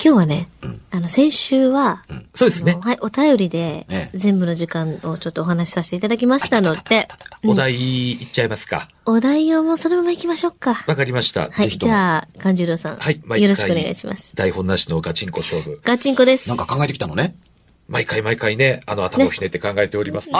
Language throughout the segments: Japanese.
日はね、先週は、 そうですね。 はい、お便りで、全部の時間をちょっとお話しさせていただきましたので、 お題いっちゃいますか。 お題をもうそのまま行きましょうか。 わかりました。 はい、じゃあ、勘十郎さん。 はい、 よろしくお願いします。 台本なしのガチンコ勝負。 ガチンコです。 なんか考えてきたのね。 毎回ね、頭をひねって考えております。 はい。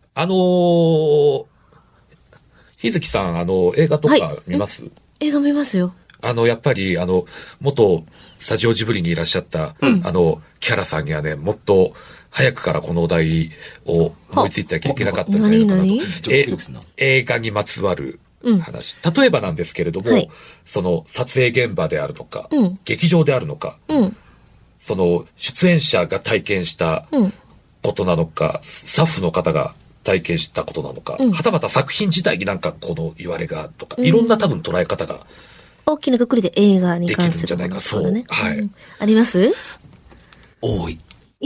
日月さん、映画とか見ます？ 映画見ますよ。 やっぱり、元スタジオジブリにいらっしゃった、キャラさんにはね、もっと早くからこのお題を思いついていけなかったんじゃないかなと。映画にまつわる話。例えばなんですけれども、その撮影現場であるのか、劇場であるのか、その出演者が体験したことなのか、スタッフの方が体験したことなのか、はたまた作品自体になんかこの言われがとか、いろんな多分捉え方が大きな括りで映画に関するものそうだね。はい。 あります？ 多い。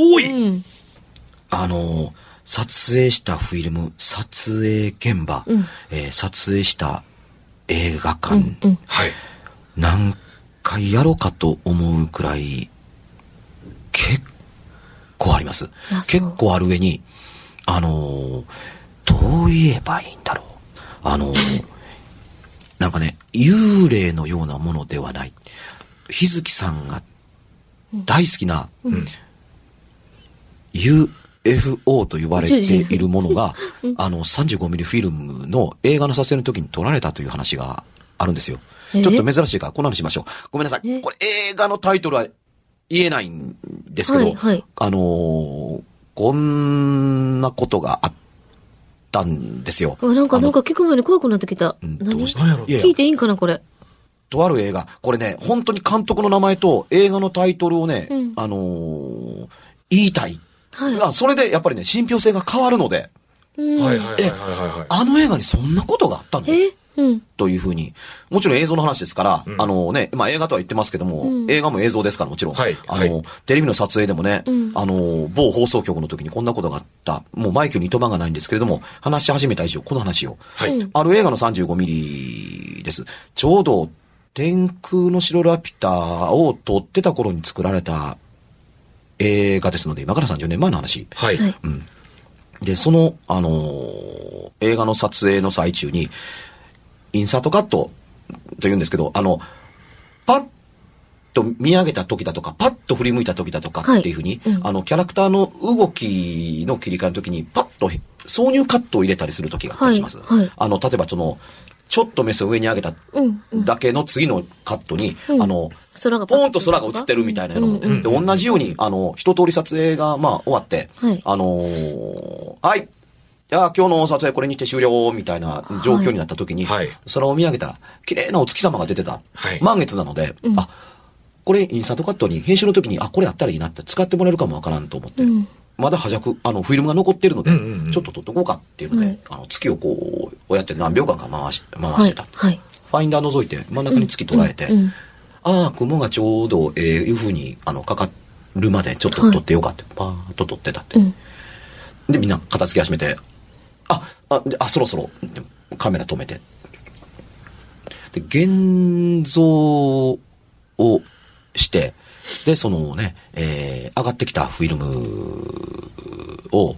撮影したフィルム、撮影現場、撮影した映画館、 はい。 何回やろうかと思うくらい、結構あります。結構ある上に、どう言えばいいんだろう。なんかね、幽霊のようなものではない。日月さんが大好きな、UFO と言われているものが、35ミリフィルムの映画の撮影の時に撮られたという話があるんですよ。ちょっと珍しいからこの話しましょう。ごめんなさい。これ映画のタイトルは言えないんですけど、こんなことがあったんですよ。 なんか聞く前に怖くなってきた。 どうしたんやろ？ 聞いていいんかな、これ。 とある映画。これね、本当に監督の名前と映画のタイトルをね、言いたい。それでやっぱりね、信憑性が変わるので。あの映画にそんなことがあったの？というふうに。もちろん映像の話ですから、まあ映画とは言ってますけども、映画も映像ですからもちろん。テレビの撮影でもね、某放送局の時にこんなことがあった。もうマイクに糸間がないんですけれども、話し始めた以上、この話を。ある映画の35ミリです。ちょうど、天空の城ラピュタを撮ってた頃に作られた映画ですので、今から30年前の話。で、その、映画の撮影の最中に、インサートカットと言うんですけど、パッと見上げた時だとか、パッと振り向いた時だとかっていうふうに、キャラクターの動きの切り替えの時に、パッと挿入カットを入れたりする時があったりします。例えばちょっと目線を上に上げただけの次のカットに、ポーンと空が映ってるみたいなので、同じように、一通り撮影が、まあ、終わって、はい。いや、今日の撮影これにて終了みたいな状況になった時に、空を見上げたら、綺麗なお月様が出てた。満月なので、これインサートカットに、編集の時に、これあったらいいなって使ってもらえるかもわからんと思って、まだフィルムが残ってるので、ちょっと撮っとこうかっていうので、月をこうやって何秒間か回してた。ファインダー覗いて真ん中に月捉えて、雲がちょうどいう風にかかるまでちょっと撮ってよかって、パーッと撮ってたって。で、みんな片付け始めて、そろそろカメラ止めて。で、現像をして、で、そのね、上がってきたフィルムを、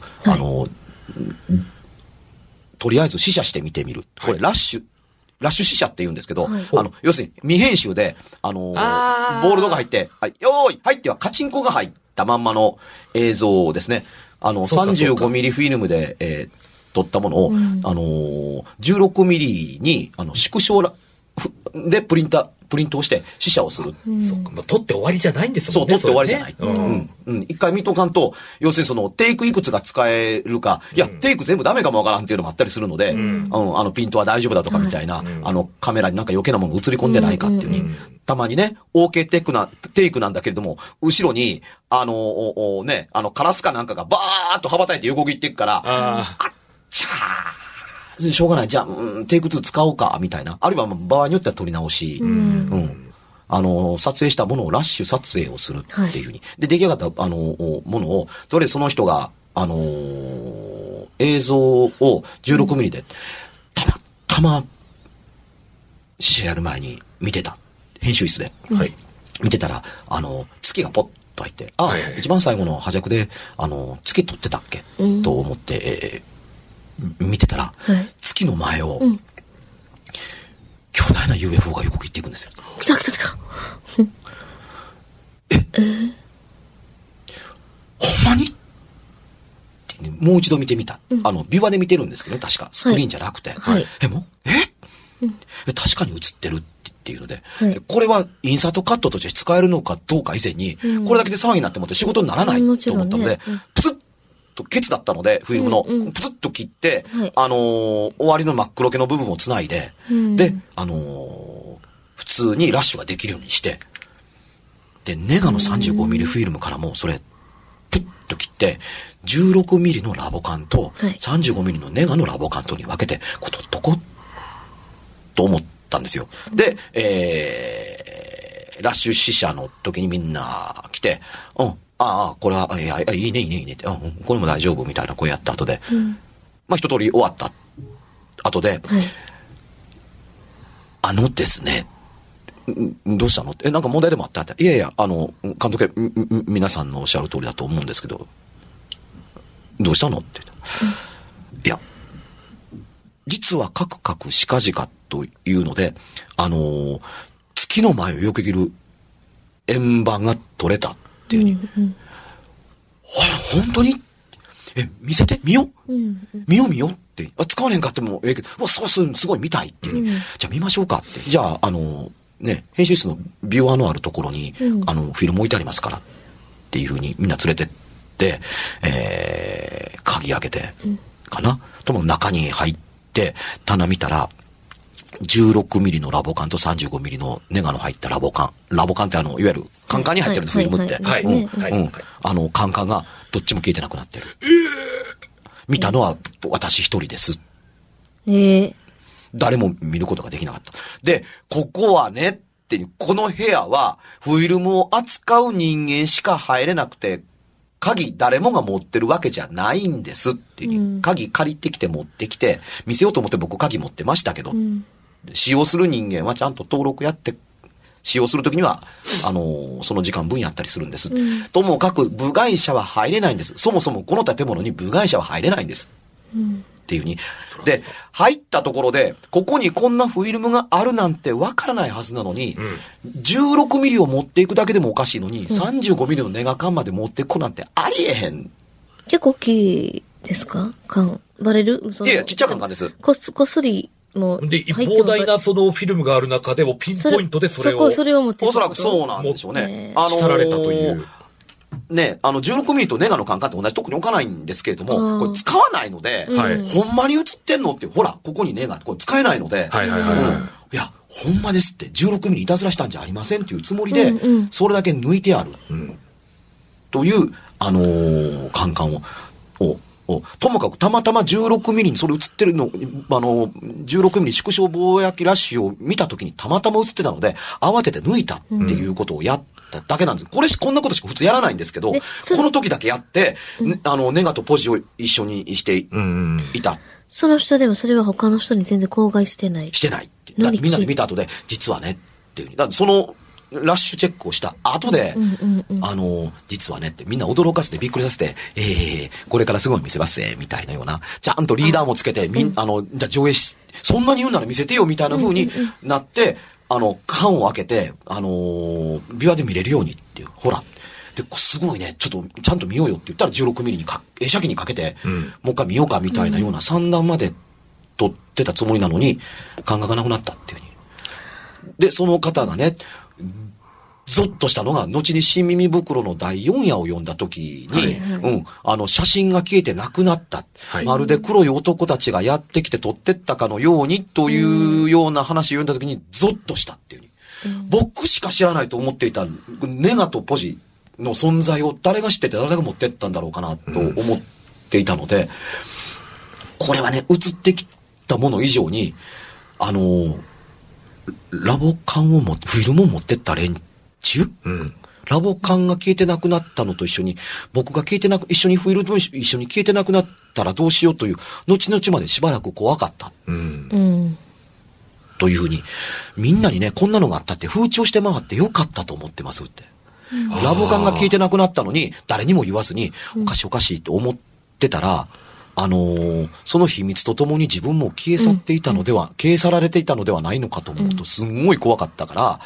とりあえず試写して見てみる。これ、ラッシュ試写って言うんですけど、要するに未編集で、ボールドが入って、よーい、入ってはカチンコが入ったまんまの映像ですね。35ミリフィルムで、撮ったものを、16ミリに、縮小でプリントをして試写をする。 そうか。撮って終わりじゃないんですもんね。 そう、撮って終わりじゃない。一回見とかんと、要するにテイクいくつが使えるか、いや、テイク全部ダメかもわからんっていうのもあったりするので、ピントは大丈夫だとかみたいな、カメラになんか余計なものが映り込んでないかっていうに、たまにね、OK テイクなんだけれども、後ろに、カラスかなんかがバーっと羽ばたいて横切っていくから、あっちゃー。しょうがない。じゃあ、テイク2使おうか、みたいな。あるいは、場合によっては撮り直し。撮影したものをラッシュ撮影をするっていうふうに。で、出来上がった、ものを、とりあえずその人が、映像を16ミリで、たま、試写やる前に見てた。編集室で。 見てたら、月がポッと入って、一番最後の端役で、月撮ってたっけ、と思って、見てたら、月の前を、巨大な UFO が横切っていくんですよ。 来た来た来た。 ほんまにってもう一度見てみた。ビワで見てるんですけどね、確か。スクリーンじゃなくて。確かに映ってるっていうので、これはインサートカットとして使えるのかどうか以前に、これだけで騒ぎになってもって仕事にならないと思ったので、プツッとケツだったので、フィルムの、プツッと切って、終わりの真っ黒けの部分をつないで、で、普通にラッシュができるようにして、で、ネガの 35mm フィルムからもそれ、プッと切って、16mm のラボカンと 35mm のネガのラボカンとに分けて、撮っとこうと思ったんですよ。で、ラッシュ試写の時にみんな来て、これは、いいねって、これも大丈夫みたいな声やった後で、一通り終わった後で、ですね、どうしたのなんか問題でもあったいやいや、監督、皆さんのおっしゃる通りだと思うんですけど、どうしたのって言った。いや、実はカクカクシカジカというので、月の前をよく切る円盤が取れたっていうふうに。本当に見せて見よ見よって。使われへんかってもええけど、そうすごい見たいっていうに。じゃあ見ましょうかって。じゃあ、編集室のビューアーのあるところに、フィルム置いてありますからっていうふうにみんな連れてって、鍵開けて、かなとも中に入って、棚見たら、16mm のラボカンと 35mm のネガの入ったラボカン。ラボカンっていわゆるカンカンに入ってるんです、フィルムって。カンカンがどっちも消えてなくなってる。見たのは私一人です。誰も見ることができなかった。で、ここはねっていう、この部屋はフィルムを扱う人間しか入れなくて、鍵誰もが持ってるわけじゃないんですっていう、鍵借りてきて持ってきて、見せようと思って僕鍵持ってましたけど、使用する人間はちゃんと登録やって、使用するときには、その時間分やったりするんです。ともかく部外者は入れないんです。そもそもこの建物に部外者は入れないんです。っていうに。で、入ったところで、ここにこんなフィルムがあるなんてわからないはずなのに、16ミリを持っていくだけでもおかしいのに、35ミリのネガ缶まで持っていくなんてありえへん。 結構大きいですか缶。バレる？ いや、ちっちゃい缶です。 こっそり。 で、膨大なそのフィルムがある中でもピンポイントでそれを。 それを持っておそらくそうなんでしょうね。 したられたという。 ね、16ミリとネガのカンカンって同じとこに置かないんですけれども、これ使わないので、ほんまに映ってんのって、ほら、ここにネガ、これ使えないので、いや、ほんまですって、16ミリいたずらしたんじゃありませんっていうつもりで、それだけ抜いてある。という、カンカンを、ともかくたまたま16ミリにそれ映ってるの、16ミリ縮小棒焼きラッシュを見たときにたまたま映ってたので、慌てて抜いたっていうことをやっただけなんです。こんなことしか普通やらないんですけど、この時だけやって、ネガとポジを一緒にしていた。 その人でもそれは他の人に全然口外してない。 してない。だってみんなで見た後で、実はね、っていう。だその、ラッシュチェックをした後で、実はねってみんな驚かせてびっくりさせて、これからすごい見せますみたいなような、ちゃんとリーダーもつけて、じゃあ上映そんなに言うなら見せてよみたいな風になって、缶を開けて、ビワで見れるようにっていう、ほら。で、すごいね、ちょっと、ちゃんと見ようよって言ったら16ミリに映写機にかけて、もう一回見ようかみたいなような3段まで撮ってたつもりなのに、感覚がなくなったっていう風に。で、その方がね、ゾッとしたのが、後に新耳袋の第4夜を読んだ時に、写真が消えてなくなった。まるで黒い男たちがやってきて撮ってったかのようにというような話を読んだ時にゾッとしたっていう風に。僕しか知らないと思っていたネガとポジの存在を誰が知ってて誰が持ってったんだろうかなと思っていたので、これはね、映ってきたもの以上に、ラボ缶をフィルムを持ってった連中、ラボ缶が消えてなくなったのと一緒に、僕が一緒にフィルムと一緒に消えてなくなったらどうしようという、後々までしばらく怖かった。 というふうに、みんなにね、こんなのがあったって風潮して回ってよかったと思ってますって。ラボ感が効いてなくなったのに、誰にも言わずに、おかしいおかしいって思ってたら、その秘密とともに自分も消え去っていたのでは、消え去られていたのではないのかと思うと、すんごい怖かったから、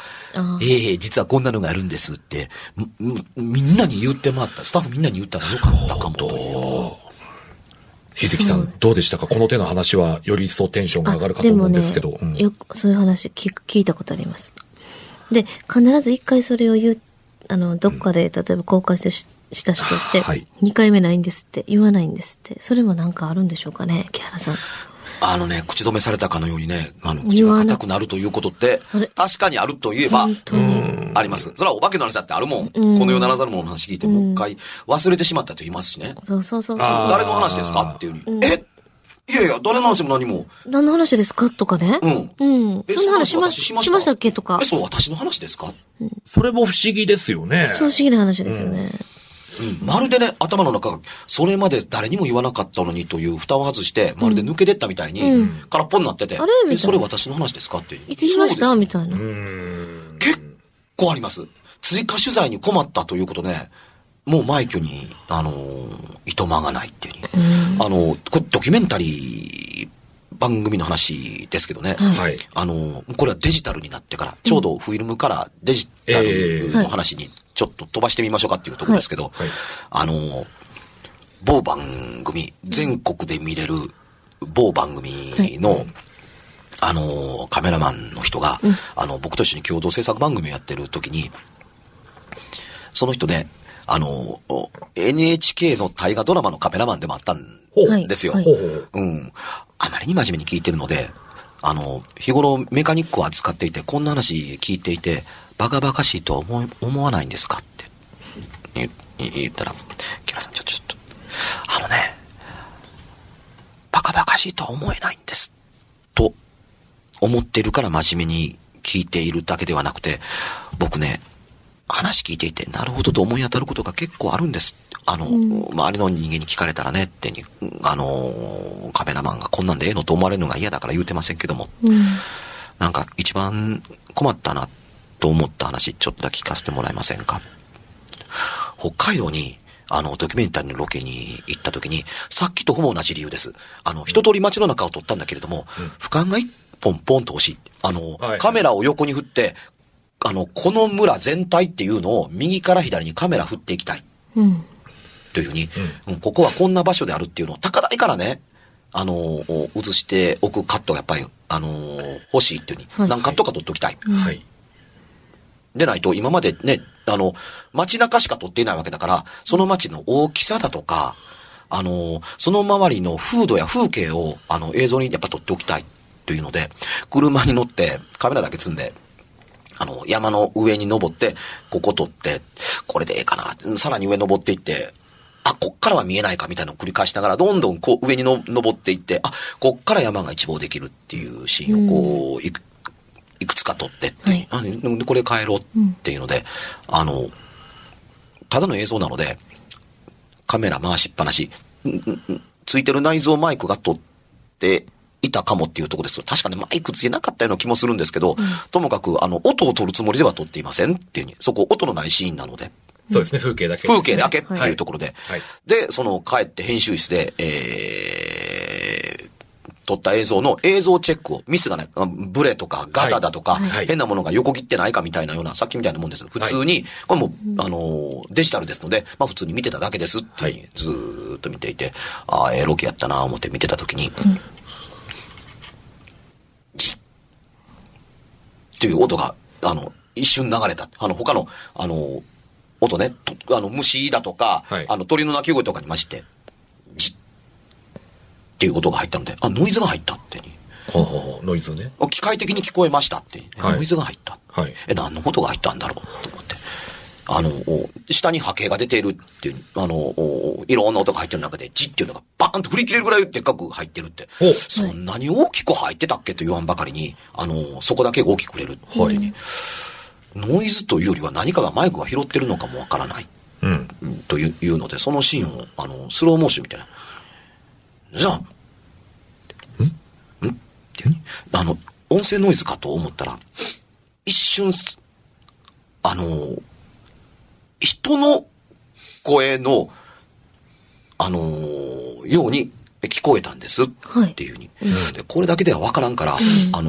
実はこんなのがあるんですって、みんなに言って回った、スタッフみんなに言ったらよかったかもという。 日月さん、どうでしたか？この手の話はより一層テンションが上がるかと思うんですけど。 でもね、よくそういう話聞いたことあります。で、必ず一回それを言う、どっかで、例えば公開した人って、2回目ないんですって、言わないんですって。それもなんかあるんでしょうかね、木原さん。 口止めされたかのようにね、口が硬くなるということって、確かにあると言えば、あります。それはお化けの話だってあるもん。この世ならざる者の話聞いて、もう一回忘れてしまったと言いますしね。 そう。 誰の話ですかっていうふうに。いやいや、誰の話も何も。 何の話ですかとかね。そんな話しましたっけとか。 そう、私の話ですか？ それも不思議ですよね。 そう、不思議な話ですよね。 まるでね、頭の中が、それまで誰にも言わなかったのにという蓋を外して、まるで抜けてったみたいに、空っぽになってて、それ私の話ですかって。 いつ言いましたみたいな。 結構あります。追加取材に困ったということね、もう枚挙に、いとまがないっていうに。これドキュメンタリー番組の話ですけどね。これはデジタルになってから、ちょうどフィルムからデジタルの話にちょっと飛ばしてみましょうかっていうところですけど、某番組、全国で見れる某番組の、カメラマンの人が、僕と一緒に共同制作番組をやってる時に、その人ね、NHK の大河ドラマのカメラマンでもあったんですよ。あまりに真面目に聞いてるので、日頃メカニックを扱っていて、こんな話聞いていて、バカバカしいとは思わないんですかって言ったら、木原さんちょっと、バカバカしいとは思えないんです。と思ってるから真面目に聞いているだけではなくて、僕ね、話聞いていて、なるほどと思い当たることが結構あるんです。周りの人間に聞かれたらねってカメラマンがこんなんでええのと思われるのが嫌だから言うてませんけども、なんか一番困ったなと思った話、ちょっとだけ聞かせてもらえませんか。北海道に、ドキュメンタリーのロケに行った時に、さっきとほぼ同じ理由です。一通り街の中を撮ったんだけれども、俯瞰が一本ポンと欲しい。カメラを横に振って、この村全体っていうのを右から左にカメラ振っていきたい。というふうに、ここはこんな場所であるっていうのを高台からね、映しておくカットがやっぱり、欲しいっていうふうに、何カットか撮っておきたい。でないと、今までね、街中しか撮っていないわけだから、その街の大きさだとか、その周りの風土や風景を、映像にやっぱ撮っておきたいというので、車に乗ってカメラだけ積んで、山の上に登って、ここ撮って、これでええかな。さらに上登っていって、こっからは見えないかみたいなのを繰り返しながら、どんどんこう上に登っていって、こっから山が一望できるっていうシーンをこう、いくつか撮ってって、これ帰ろうっていうので、ただの映像なので、カメラ回しっぱなし、ついてる内蔵マイクが撮っていたかもっていうところです。確かね、マイクついてなかったような気もするんですけど、ともかく、音を撮るつもりでは撮っていませんっていうに、そこ音のないシーンなので。 そうですね、風景だけ。 風景だけっていうところで。で、帰って編集室で、撮った映像の映像チェックを、ミスがない、ブレとかガタだとか、変なものが横切ってないかみたいなような、さっきみたいなもんです。普通に、これも、デジタルですので、普通に見てただけですっていうふうにずーっと見ていて、ロケやったなぁ思って見てたときに、ジッっていう音が、一瞬流れた。他の、音ね、虫だとか、鳥の鳴き声とかに混じって、ジッっていう音が入ったので、ノイズが入ったってに。 ノイズね。 機械的に聞こえましたって。ノイズが入った。何の音が入ったんだろうと思って。下に波形が出ているっていう、いろんな音が入ってる中で、ジッっていうのがバーンと振り切れるぐらいでっかく入ってるって。そんなに大きく入ってたっけと言わんばかりに、そこだけが大きく売れるっていうに。ノイズというよりは何かがマイクが拾ってるのかもわからない。というので、そのシーンを、スローモーションみたいな。じゃあ、っていうに、 音声ノイズかと思ったら、一瞬、人の声の、ように聞こえたんですっていうふうに。でこれだけではわからんから、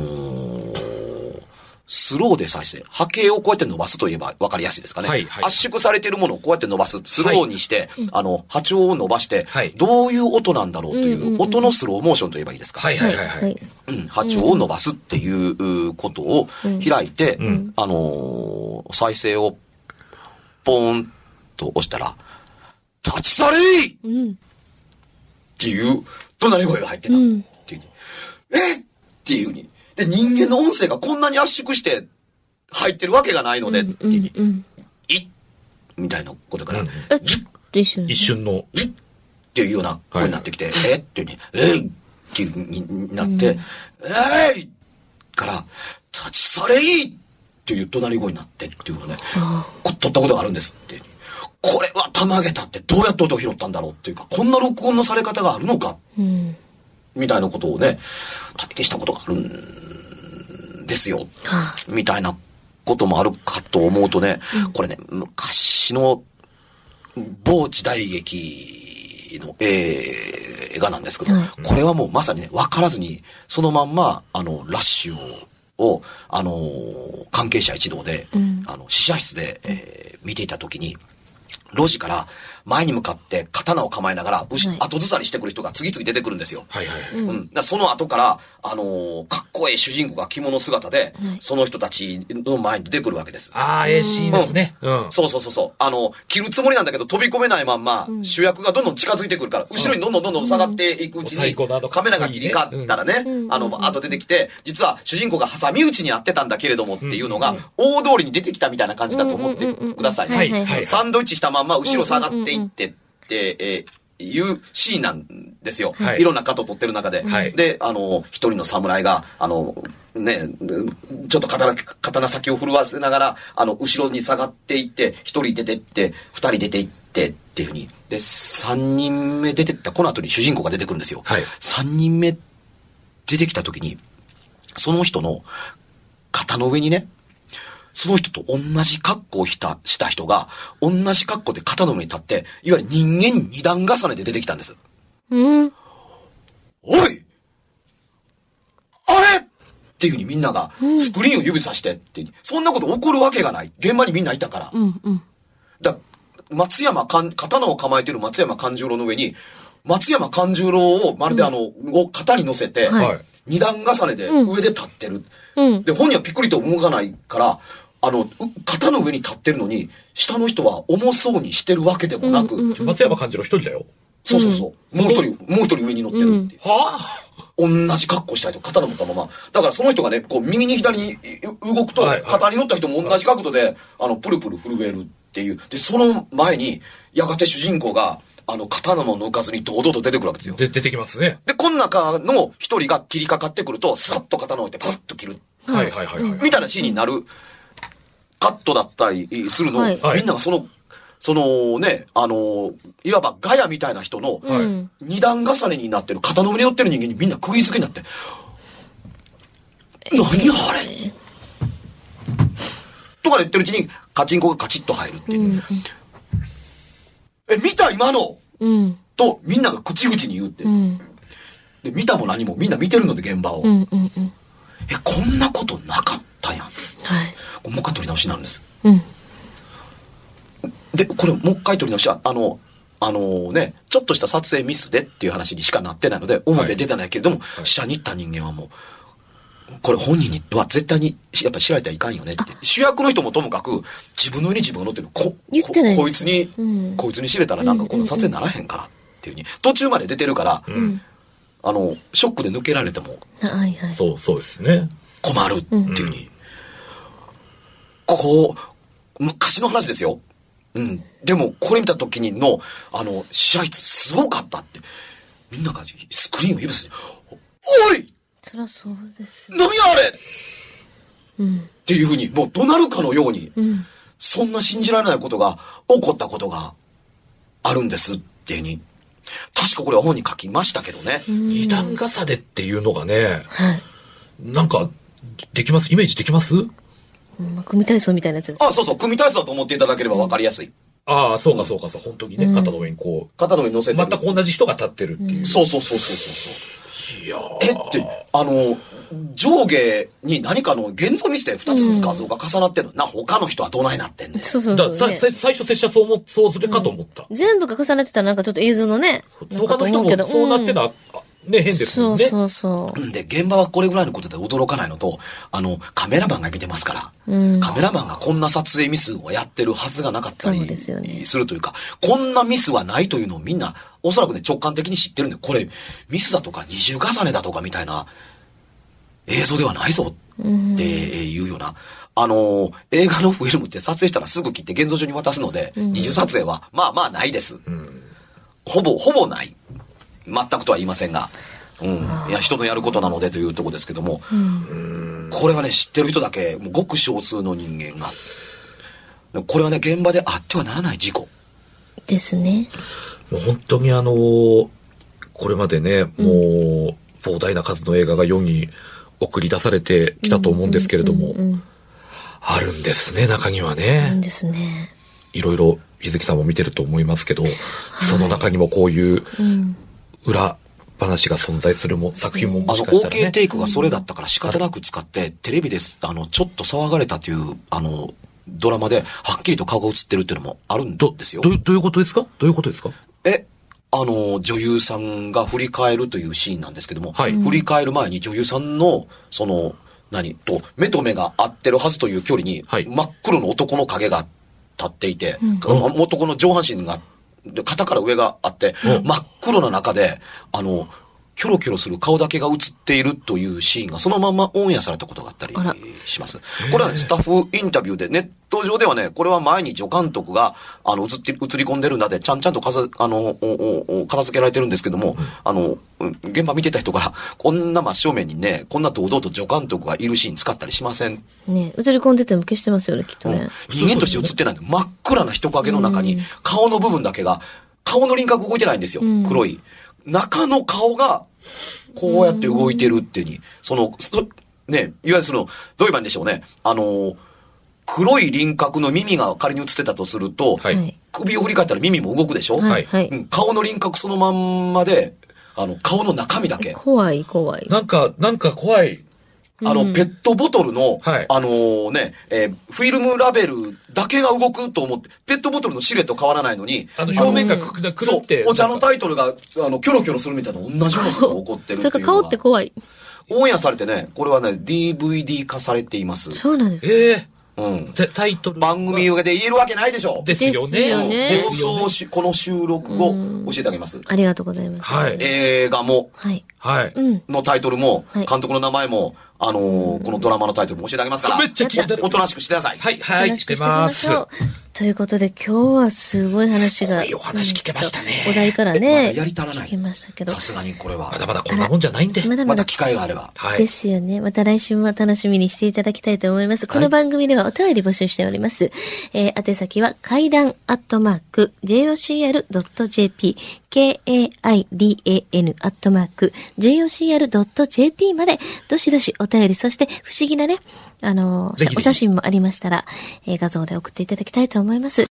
スローで再生。波形をこうやって伸ばすといえば分かりやすいですかね。圧縮されているものをこうやって伸ばす。スローにして、波長を伸ばして、どういう音なんだろうという、音のスローモーションといえばいいですか。波長を伸ばすっていうことを開いて、再生をポーンと押したら、立ち去れっていう怒鳴り声が入ってた。っていうっていうに。で、人間の音声がこんなに圧縮して入ってるわけがないので、っていうに。みたいなことから、 一瞬の。 っていうような声になってきて、っていうに、っていうになって、から、立ち去れっていう怒鳴り声になってっていうのをね、撮ったことがあるんですって。これはたまげたってどうやって音を拾ったんだろうっていうか、こんな録音のされ方があるのか、みたいなことをね、体験したことがあるんですよ、みたいなこともあるかと思うとね、これね、昔の某時代劇の映画なんですけど、これはもうまさにね、わからずに、そのまんま、ラッシュを、関係者一同で、試写室で、見ていたときに、路地から前に向かって刀を構えながら、後ずさりしてくる人が次々出てくるんですよ。その後から、かっこいい主人公が着物姿で、その人たちの前に出てくるわけです。 シーンですね。 そう。着るつもりなんだけど飛び込めないまんま、主役がどんどん近づいてくるから、後ろにどんどん下がっていくうちに、カメラが切り替わったらね、後出てきて、実は主人公が挟み撃ちにあってたんだけれどもっていうのが、大通りに出てきたみたいな感じだと思ってください。サンドイッチしたまんま後ろ下がっていってって、いうシーンなんですよ。いろんなカット撮ってる中で。で、一人の侍が、ちょっと刀先を振るわせながら、後ろに下がっていって、一人出てって、二人出ていってっていうふうに。で、三人目出てった、この後に主人公が出てくるんですよ。三人目出てきた時に、その人の肩の上にね、その人と同じ格好をした人が、同じ格好で肩の上に立って、いわゆる人間二段重ねで出てきたんです。おいあれっていうふうにみんながスクリーンを指さしてってそんなこと起こるわけがない。現場にみんないたから。刀を構えてる松山勘十郎の上に、松山勘十郎をまるで肩に乗せて、二段重ねで上で立ってる。で、本人はピクリと動かないから、肩の上に立ってるのに、下の人は重そうにしてるわけでもなく。 松山勘十郎一人だよ。 そう。もう一人上に乗ってるっていう。同じ格好した人、刀持ったまま。だからその人がね、こう、右に左に動くと、肩に乗った人も同じ角度で、プルプル震えるっていう。で、その前に、やがて主人公が、刀も抜かずに堂々と出てくるわけですよ。 出てきますね。 で、この中の一人が切りかかってくると、スラッと刀を置いてパッと切る。みたいなシーンになるカットだったりするのを、みんながそのね、いわばガヤみたいな人の、二段重ねになってる、肩の上に乗ってる人間にみんな釘付けになって、何あれとか言ってるうちに、カチンコがカチッと入るっていう。見た今の、と、みんなが口々に言うって。で、見たも何もみんな見てるので、現場を。こんなことなかったやん。もう一回撮り直しになるんです。で、これもう一回撮り直しは、ちょっとした撮影ミスでっていう話にしかなってないので、表出てないけれども、下に行った人間はもう、これ本人には絶対にやっぱり知られてはいかんよねって。主役の人もともかく、自分の上に自分が乗ってる。こいつに知れたらなんかこの撮影ならへんからっていうに、途中まで出てるから、ショックで抜けられても、 そうですね。 困るっていうに。こう、昔の話ですよ。でも、これ見た時にの、試合すごかったって。みんながスクリーンを指す。おいそりゃそうです。 何やあれっていうふうに、もう怒鳴るかのように、そんな信じられないことが起こったことがあるんですっていうに。確かこれは本に書きましたけどね。 二段重ねっていうのがね、なんか、 できます？イメージできます？ 組体操みたいなやつです。 あ、そうそう、組体操だと思っていただければ分かりやすい。 ああ、そうかそうかそう、本当にね、肩の上にこう。 肩の上に乗せて。 全く同じ人が立ってるっていう。 そう。いやって、上下に何かの現像ミスで2つ画像が重なってるの。他の人はどないなってんねん。 そう。 最初拙者そうするかと思った。 全部が重なってたらなんかちょっと映像のね。 他の人もそうなってた。ね、変ですよね。 そう。 で、現場はこれぐらいのことで驚かないのと、カメラマンが見てますから、カメラマンがこんな撮影ミスをやってるはずがなかったりするというか、こんなミスはないというのをみんな、おそらくね、直感的に知ってるんで、これ、ミスだとか二重重ねだとかみたいな映像ではないぞっていうような、映画のフィルムって撮影したらすぐ切って現像所に渡すので、二重撮影は、まあないです。ほぼない。全くとは言いませんが、いや、人のやることなのでというところですけども、これはね、知ってる人だけ、もうごく少数の人間が、これはね、現場であってはならない事故。 ですね。 もう本当にこれまでね、もう、膨大な数の映画が世に送り出されてきたと思うんですけれども、あるんですね、中にはね。 あるんですね。 いろいろ、日月さんも見てると思いますけど、その中にもこういう、裏話が存在する作品ももしかしたらね。 OK テイクがそれだったから仕方なく使って、テレビです、ちょっと騒がれたという、ドラマで、はっきりと顔が映ってるっていうのもあるんですよ。 どういうことですか？ 女優さんが振り返るというシーンなんですけども、振り返る前に女優さんの、目と目が合ってるはずという距離に、真っ黒の男の影が立っていて、男の上半身が、肩から上があって、真っ黒な中で、キョロキョロする顔だけが映っているというシーンがそのままオンエアされたことがあったりします。これは、ね、スタッフインタビューでネット上ではね、これは前に助監督が映り込んでるんだで、ちゃんと片付けられてるんですけども、現場見てた人から、こんな真正面にね、こんな堂々と助監督がいるシーン使ったりしません。 ね、映り込んでても消してますよね、きっとね。 人間として映ってないんで、真っ暗な人影の中に、顔の部分だけが、顔の輪郭動いてないんですよ、黒い。中の顔が、こうやって動いてるっていうに、ね、いわゆるどう言えばいいんでしょうね。黒い輪郭の耳が仮に映ってたとすると、首を振り返ったら耳も動くでしょ、顔の輪郭そのまんまで、顔の中身だけ。 怖い。 なんか怖い。 ペットボトルの、フィルムラベルだけが動くと思って、ペットボトルのシルエット変わらないのに、 表面がくるって。 お茶のタイトルが、キョロキョロするみたいな同じようなことが起こってるっていうのが。 それから顔って怖い。 オンエアされてね、これはね、DVD 化されています。 そうなんです。 タイトル。 番組上で言えるわけないでしょ。 ですよね。 この収録後、教えてあげます。 ありがとうございます。 映画も、のタイトルも、監督の名前も、このドラマのタイトルも教えてあげますから。 めっちゃ聞いてる。 おとなしくしてください。 はい、してます。 ということで今日はすごい話が。 いいお話聞けましたね。 お題からね。 まだやり足らない。 聞けましたけど。 さすがにこれは。 まだまだこんなもんじゃないんで。 まだ機会があれば。 ですよね。また来週も楽しみにしていただきたいと思います。この番組ではお便り募集しております。宛先は階段@jocr.jp KAIDAN@jocr.jp までどしどしお便り、そして不思議なね、お写真もありましたら、画像で送っていただきたいと思います。